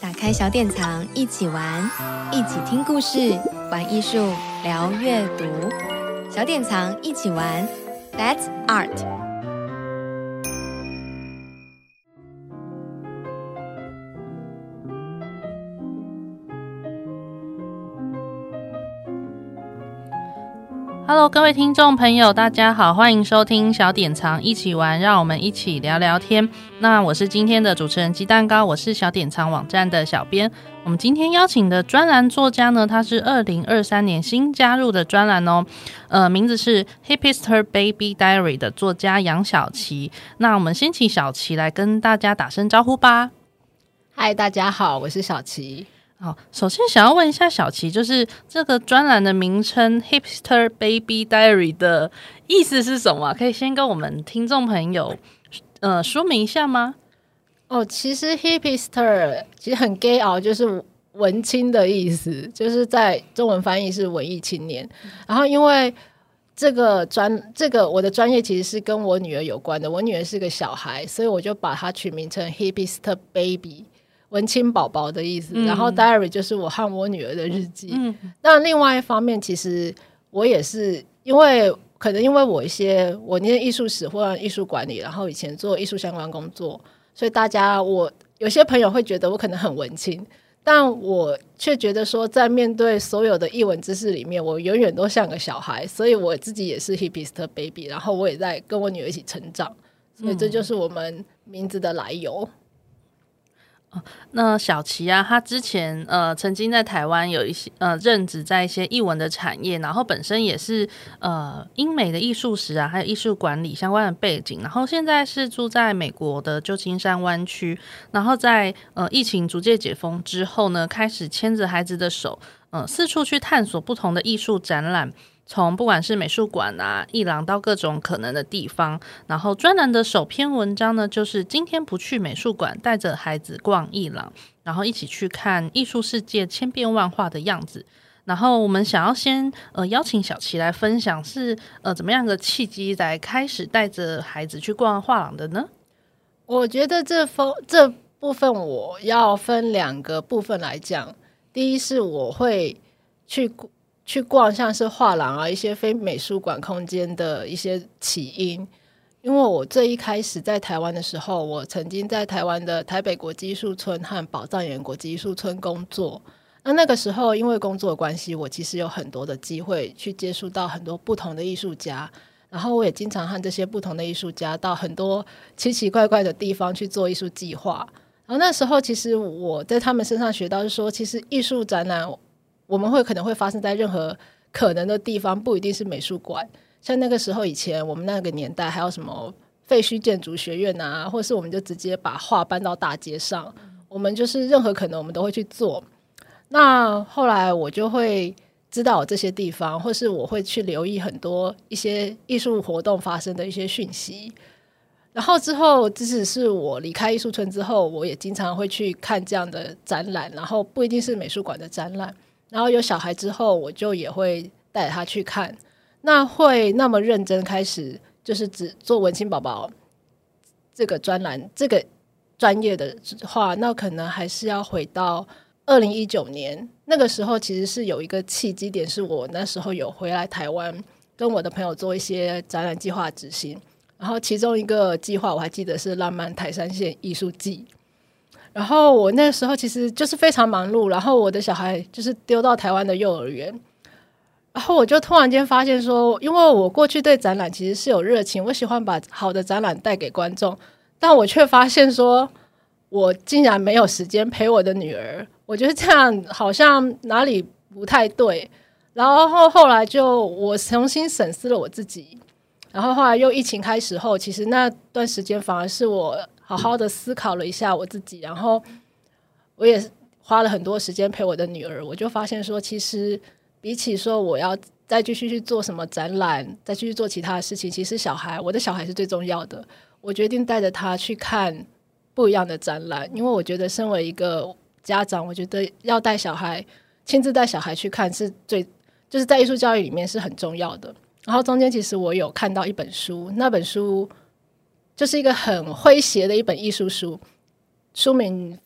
打开小典藏，一起玩，一起听故事，玩艺术，聊阅读。小典藏一起玩 ，That's Art。Hello， 各位听众朋友，大家好，欢迎收听小典藏一起玩，让我们一起聊聊天。那我是今天的主持人鸡蛋糕，我是小典藏网站的小编。我们今天邀请的专栏作家呢，他是2023年新加入的专栏哦，名字是 Hipster Baby Diary 的作家杨小琪。那我们先请小琪来跟大家打声招呼吧。 嗨，大家好，我是小琪。 好，首先想要问一下小琪，就是这个专栏的名称 Hipster Baby Diary 的意思是什么？可以先跟我们听众朋友说明一下吗？ 其实 Hipster 其实很 gay 就是文青的意思，就是在中文翻译是文艺青年。然后因为这个我的专业其实是跟我女儿有关的，我女儿是个小孩，所以我就把它取名成 Hipster Baby，文青宝宝的意思。然后 diary 就是我和我女儿的日记。那另外一方面，其实我也是可能因为我念艺术史或艺术管理，然后以前做艺术相关工作，所以我有些朋友会觉得我可能很文青，但我却觉得说在面对所有的艺文知识里面，我永远都像个小孩，所以我自己也是 Hipster Baby， 然后我也在跟我女儿一起成长，所以这就是我们名字的来由。 那小琪啊，他之前曾经在台湾有一些任职在一些艺文的产业，然后本身也是英美的艺术史啊，还有艺术管理相关的背景，然后现在是住在美国的旧金山湾区，然后在疫情逐渐解封之后呢，开始牵着孩子的手四处去探索不同的艺术展览，从不管是美术馆啊、艺廊到各种可能的地方。然后专栏的首篇文章呢，就是今天不去美术馆，带着孩子逛艺廊，然后一起去看艺术世界千变万化的样子。然后我们想要先邀请小琪来分享是怎么样的契机来开始带着孩子去逛画廊的呢？ 我觉得这部分我要分两个部分来讲。第一是我会去逛像是画廊啊，一些非美术馆空间的一些起因。因为我最一开始在台湾的时候，我曾经在台湾的台北国际艺术村和宝藏岩国际艺术村工作。那个时候因为工作的关系，我其实有很多的机会去接触到很多不同的艺术家，然后我也经常和这些不同的艺术家到很多奇奇怪怪的地方去做艺术计划。然后那时候其实我在他们身上学到是说，其实艺术展览我们可能会发生在任何可能的地方，不一定是美术馆。像那个时候以前我们那个年代还有什么废墟建筑学院啊，或是我们就直接把画搬到大街上，我们就是任何可能我们都会去做。那后来我就会知道有这些地方，或是我会去留意很多一些艺术活动发生的一些讯息。然后之后即使是我离开艺术村之后，我也经常会去看这样的展览，然后不一定是美术馆的展览。然后有小孩之后，我就也会带他去看。那会那么认真开始就是只做文青宝宝这个专栏这个专业的话，那可能还是要回到2019年。那个时候其实是有一个契机点，是我那时候有回来台湾跟我的朋友做一些展览计划执行，然后其中一个计划我还记得是浪漫台山县艺术季。然后我那时候其实就是非常忙碌，然后我的小孩就是丢到台湾的幼儿园，然后我就突然间发现说，因为我过去对展览其实是有热情，我喜欢把好的展览带给观众，但我却发现说我竟然没有时间陪我的女儿，我觉得这样好像哪里不太对。然后后来我重新审视了我自己，然后后来又疫情开始后，其实那段时间反而是我好好的思考了一下我自己，然后我也花了很多时间陪我的女儿。我就发现说，其实比起说我要再继续去做什么展览，再继续做其他的事情，其实我的小孩是最重要的。我决定带着他去看不一样的展览，因为我觉得身为一个家长，我觉得要亲自带小孩去看就是在艺术教育里面是很重要的。然后中间其实我有看到一本书，那本书就是一个很诙谐的一本艺术书，书名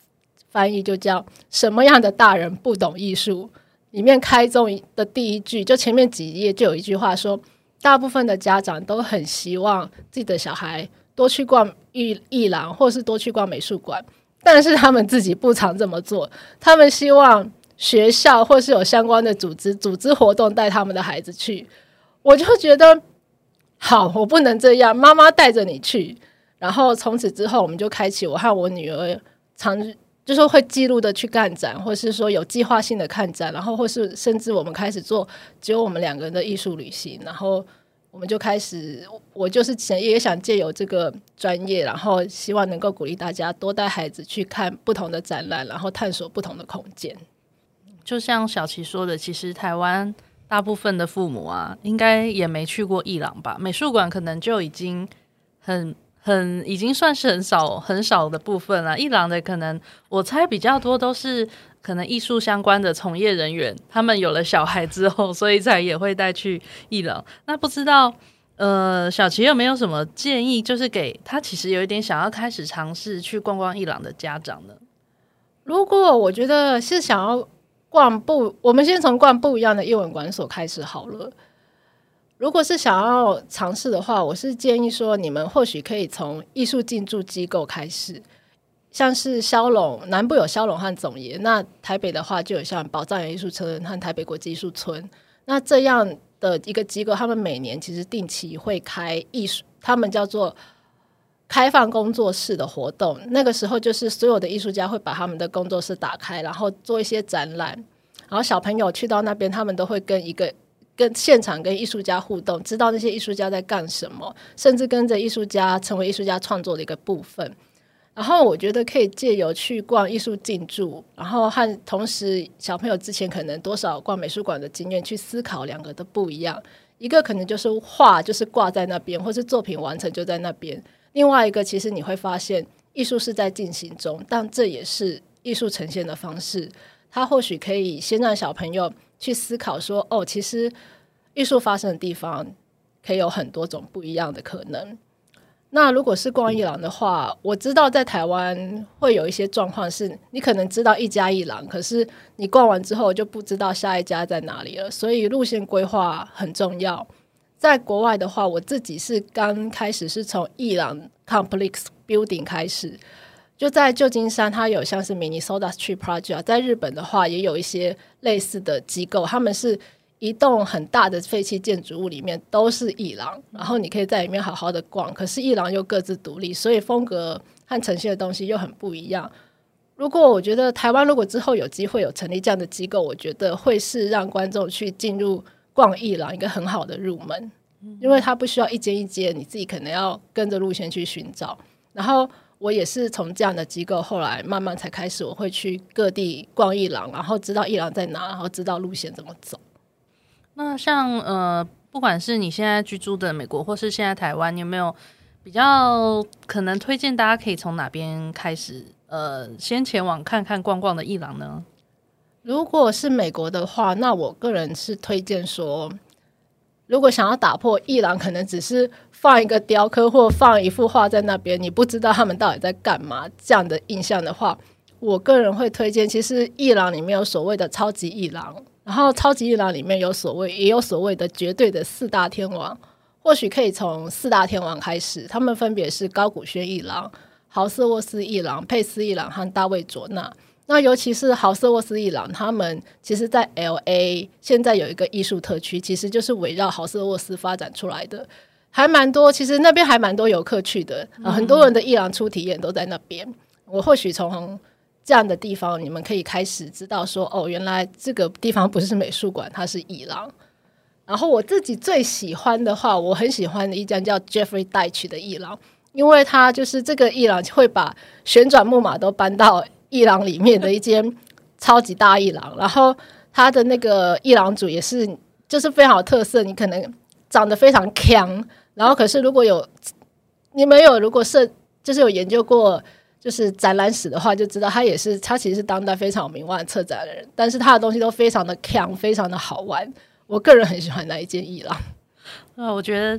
翻译，就叫什么样的大人不懂艺术，里面开宗的第一句，就前面几页就有一句话说，大部分的家长都很希望自己的小孩多去逛艺廊或是多去逛美术馆，但是他们自己不常这么做，他们希望学校或是有相关的组织活动带他们的孩子去。我就觉得好，我不能这样，妈妈带着你去。然后从此之后我们就开启我和我女儿就是会记录的去看展，或是说有计划性的看展，然后或是甚至我们开始做只有我们2个人的艺术旅行。然后我们就开始，我就是也想借由这个专业，然后希望能够鼓励大家多带孩子去看不同的展览，然后探索不同的空间。 就像小琪说的，其实台湾大部分的父母啊，应该也没去过艺廊吧？美术馆可能就已经已经算是很少的部分了。艺廊的可能我猜比较多都是可能艺术相关的从业人员，他们有了小孩之后，所以才也会带去艺廊。那不知道小琪有没有什么建议，就是给他其实有一点想要开始尝试去逛逛艺廊的家长呢？ 如果我觉得是想要我们先从逛不一样的艺文馆所开始好了。如果是想要尝试的话，我是建议说你们或许可以从艺术进驻机构开始，像是萧龙，南部有萧龙和总爷，那台北的话就有像宝藏园艺术村和台北国际艺术村。那这样的一个机构，他们每年其实定期会开艺术，他们叫做开放工作室的活动。那个时候就是所有的艺术家会把他们的工作室打开，然后做一些展览，然后小朋友去到那边，他们都会跟现场跟艺术家互动，知道那些艺术家在干什么，甚至跟着艺术家成为艺术家创作的一个部分。然后我觉得可以借由去逛艺术进驻，然后和同时小朋友之前可能多少逛美术馆的经验去思考2个的不一样。一个可能就是画就是挂在那边，或是作品完成就在那边，另外一个其实你会发现艺术是在进行中，但这也是艺术呈现的方式。它或许可以先让小朋友去思考说，其实艺术发生的地方可以有很多种不一样的可能。那如果是逛艺廊的话，我知道在台湾会有一些状况是你可能知道一家艺廊，可是你逛完之后就不知道下一家在哪里了，所以路线规划很重要。在国外的话，我自己是刚开始是从艺廊 Complex Building 开始，就在旧金山它有像是 Minnesota Street Project， 在日本的话也有一些类似的机构，他们是一栋很大的废弃建筑物里面都是艺廊，然后你可以在里面好好的逛，可是艺廊又各自独立，所以风格和呈现的东西又很不一样。如果我觉得台湾如果之后有机会有成立这样的机构，我觉得会是让观众去进入逛艺廊一个很好的入门，因为它不需要一间一间，你自己可能要跟着路线去寻找。然后我也是从这样的机构后来慢慢才开始我会去各地逛艺廊，然后知道艺廊在哪，然后知道路线怎么走。 那像不管是你现在居住的美国或是现在台湾，你有没有比较可能推荐大家可以从哪边开始先前往看看逛逛的艺廊呢？ 如果是美国的话，那我个人是推荐说，如果想要打破艺廊可能只是放一个雕刻或放一幅画在那边，你不知道他们到底在干嘛这样的印象的话，我个人会推荐，其实艺廊里面有所谓的超级艺廊，然后超级艺廊里面也有所谓的绝对的4大天王，或许可以从4大天王开始，他们分别是高古轩艺廊、豪瑟沃斯艺廊、佩斯艺廊和大卫卓纳。那尤其是豪瑟沃斯艺廊，他们其实在 LA 现在有一个艺术特区，其实就是围绕豪瑟沃斯发展出来的，还蛮多，其实那边还蛮多游客去的，很多人的艺廊初体验都在那边。我或许从这样的地方你们可以开始知道说，原来这个地方不是美术馆，它是艺廊。然后我自己最喜欢的话，我很喜欢的一家叫 Jeffrey Deitch 的艺廊，因为它就是这个艺廊会把旋转木马都搬到艺廊里面的一间超级大艺廊，然后他的那个艺廊主也是就是非常有特色，你可能长得非常强，然后可是如果你们如果就是有研究过就是展览史的话，就知道他其实是当代非常有名望的策展人，但是他的东西都非常的强，非常的好玩，我个人很喜欢那一间艺廊。 我觉得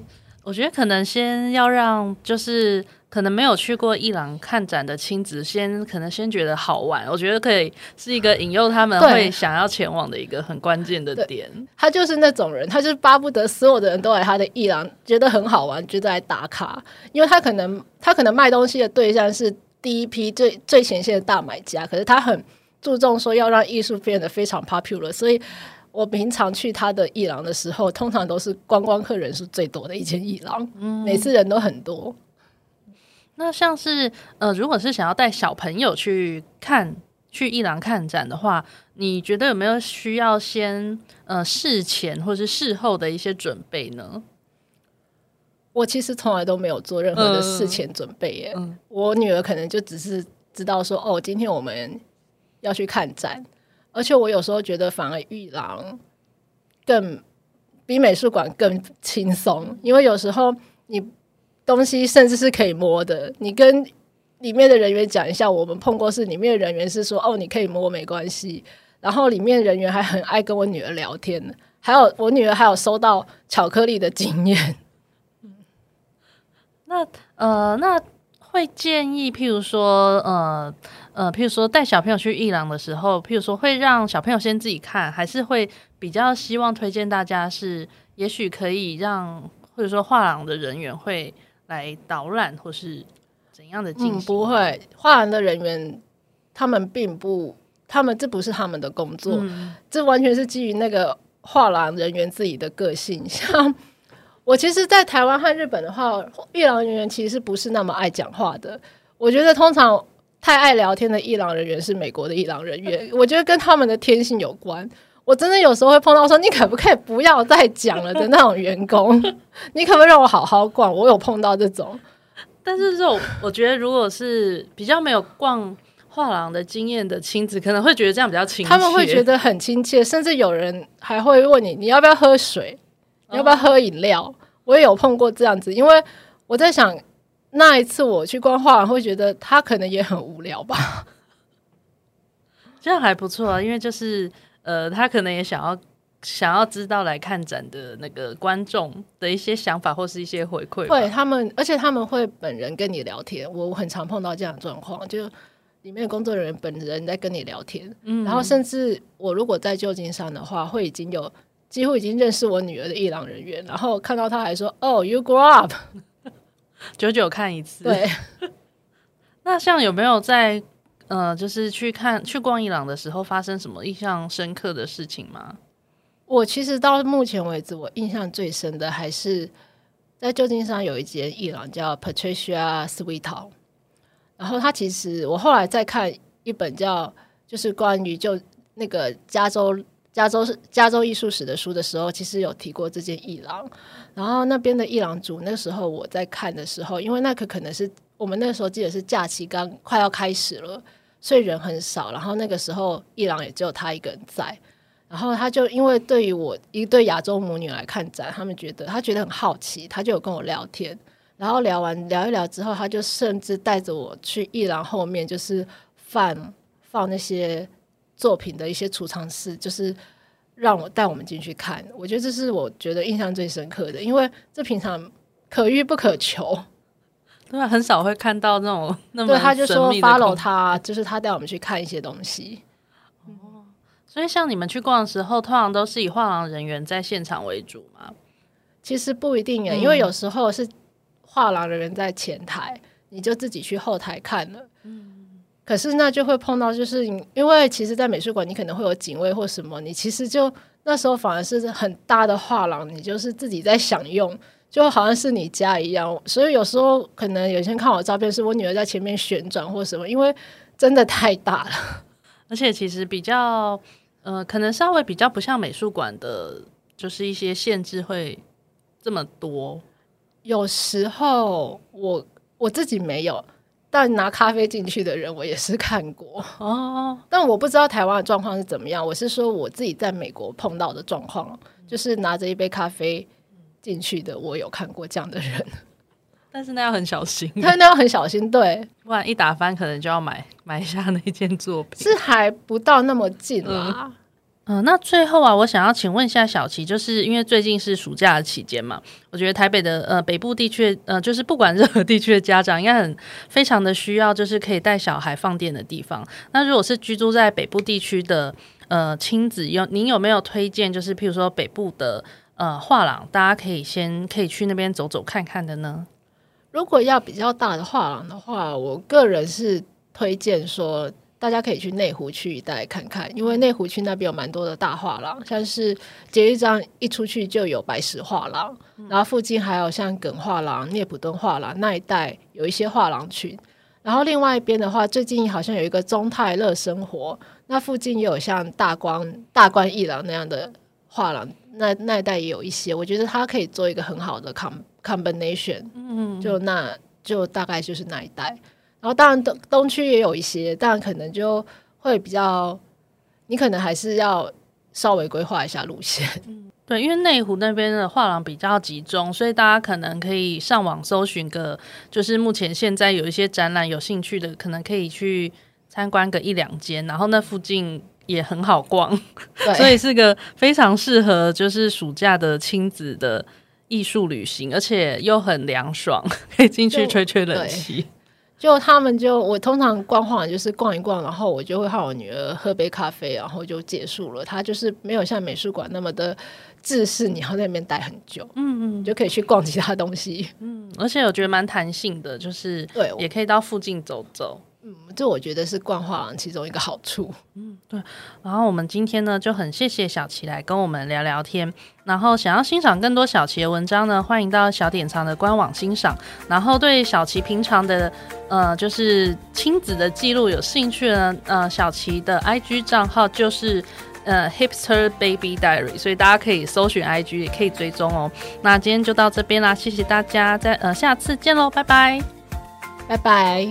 我觉得可能先要让就是可能没有去过伊朗看展的亲子可能先觉得好玩，我觉得可以是一个引诱他们会想要前往的一个很关键的点。 他就是那种人，他就是巴不得所有的人都来他的伊朗，觉得很好玩，觉得来打卡，因为他可能卖东西的对象是第一批最前线的大买家，可是他很注重说要让艺术变得非常 popular， 所以我平常去他的艺廊的时候，通常都是观光客人数最多的一间艺廊，每次人都很多。 那像是如果是想要带小朋友去艺廊看展的话，你觉得有没有需要先事前或是事后的一些准备呢？ 我其实从来都没有做任何的事前准备耶。我女儿可能就只是知道说，哦，今天我们要去看展，而且我有时候觉得反而艺廊更比美术馆更轻松，因为有时候你东西甚至是可以摸的，你跟里面的人员讲一下，我们碰过是里面的人员是说，哦，你可以摸没关系，然后里面人员还很爱跟我女儿聊天，还有我女儿还有收到巧克力的经验。 那会建议譬如说带小朋友去艺廊的时候，譬如说会让小朋友先自己看，还是会比较希望推荐大家是也许可以让或者说画廊的人员会来导览或是怎样的进行？ 不会，画廊的人员他们这不是他们的工作，这完全是基于那个画廊人员自己的个性。像我其实在台湾和日本的话，艺廊人员其实不是那么爱讲话的，我觉得通常太爱聊天的艺廊人员是美国的艺廊人员，我觉得跟他们的天性有关。我真的有时候会碰到说你可不可以不要再讲了的那种员工你可不可以让我好好逛，我有碰到这种。 但是我觉得如果是比较没有逛画廊的经验的亲子，可能会觉得这样比较亲切， 他们会觉得很亲切，甚至有人还会问你要不要喝水，你要不要喝饮料。我也有碰过这样子，因为我在想那一次我去逛画廊会觉得他可能也很无聊吧。 这样还不错啊，因为就是他可能也想要知道来看展的那个观众的一些想法或是一些回馈。 会，而且他们会本人跟你聊天，我很常碰到这样的状况，就里面的工作人员本人在跟你聊天，然后甚至我如果在旧金山的话，会几乎已经认识我女儿的艺廊人员，然后看到她还说哦 you grow up 久久看一次。 对。 那像有没有在就是去逛艺廊的时候发生什么印象深刻的事情吗？ 我其实到目前为止我印象最深的还是在旧金山有一间艺廊叫 Patricia Sweetow， 然后他其实我后来再看一本就是关于就那个加州艺术史的书的时候，其实有提过这间艺廊。然后那边的艺廊主那时候我在看的时候，因为那个可能是我们那时候记得是假期刚快要开始了，所以人很少，然后那个时候艺廊也只有他一个人在。然后他就因为对于我一对亚洲母女来看展，他觉得很好奇，他就有跟我聊天，然后聊一聊之后，他就甚至带着我去艺廊后面，就是放那些作品的一些储藏室，就是带我们进去看。我觉得这是我觉得印象最深刻的，因为这平常可遇不可求。 对啊，很少会看到那么对，他就说 follow 他，就是他带我们去看一些东西。 所以像你们去逛的时候，通常都是以画廊人员在现场为主吗？ 其实不一定耶，因为有时候是画廊人员在前台，你就自己去后台看了。可是那就会碰到，就是因为其实在美术馆你可能会有警卫或什么，你其实就那时候反而是很大的画廊，你就是自己在享用，就好像是你家一样。所以有时候可能有些人看我的照片是我女儿在前面旋转或什么，因为真的太大了， 而且其实比较可能稍微比较不像美术馆的，就是一些限制会这么多。 有时候我自己没有，但拿咖啡进去的人我也是看过哦。但我不知道台湾的状况是怎么样，我是说我自己在美国碰到的状况，就是拿着一杯咖啡进去的，我有看过这样的人。 但是那要很小心， 那要很小心，对， 不然一打翻可能就要买下那件作品。 是还不到那么近啦。 那最后啊，我想要请问一下小琪，就是因为最近是暑假的期间嘛，我觉得台北的北部地区就是不管任何地区的家长应该非常的需要，就是可以带小孩放电的地方。那如果是居住在北部地区的亲子，您有没有推荐，就是譬如说北部的画廊，大家可以去那边走走看看的呢？ 如果要比较大的画廊的话，我个人是推荐说大家可以去内湖区一带看看，因为内湖区那边有蛮多的大画廊，像是捷运站一出去就有白石画廊，然后附近还有像耿画廊、聂普敦画廊那一带有一些画廊群。然后另外一边的话，最近好像有一个中泰乐生活，那附近也有像大观艺廊那样的画廊，那一带也有一些，我觉得它可以做一个很好的 combination， 就大概就是那一带。然后当然东区也有一些，但可能就会比较，你可能还是要稍微规划一下路线。 对，因为内湖那边的画廊比较集中，所以大家可能可以上网搜寻就是目前现在有一些展览有兴趣的，可能可以去参观个1-2间，然后那附近也很好逛，所以是个非常适合就是暑假的亲子的艺术旅行，而且又很凉爽，可以进去吹吹冷气。 我通常逛画廊就是逛一逛，然后我就会和我女儿喝杯咖啡，然后就结束了。它就是没有像美术馆那么的制式，你要在那边待很久，你就可以去逛其他东西。 而且我觉得蛮弹性的，就是对，也可以到附近走走。 这我觉得是逛画廊其中一个好处。 对。然后我们今天呢就很谢谢小琪来跟我们聊聊天。然后想要欣赏更多小琪的文章呢，欢迎到小典藏的官网欣赏。然后对小琪平常的就是亲子的记录有兴趣呢，小琪的 IG 账号就是Hipster Baby Diary， 所以大家可以搜寻 IG 也可以追踪哦。那今天就到这边啦，谢谢大家，下次见咯，拜拜， 拜拜。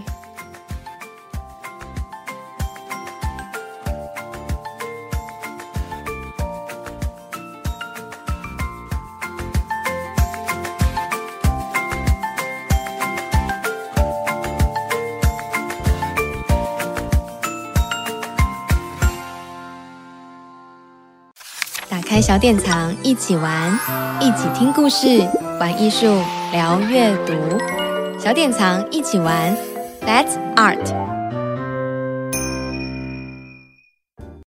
打开小典藏，一起玩，一起听故事，玩艺术，聊阅读。小典藏一起玩 ，That's Art。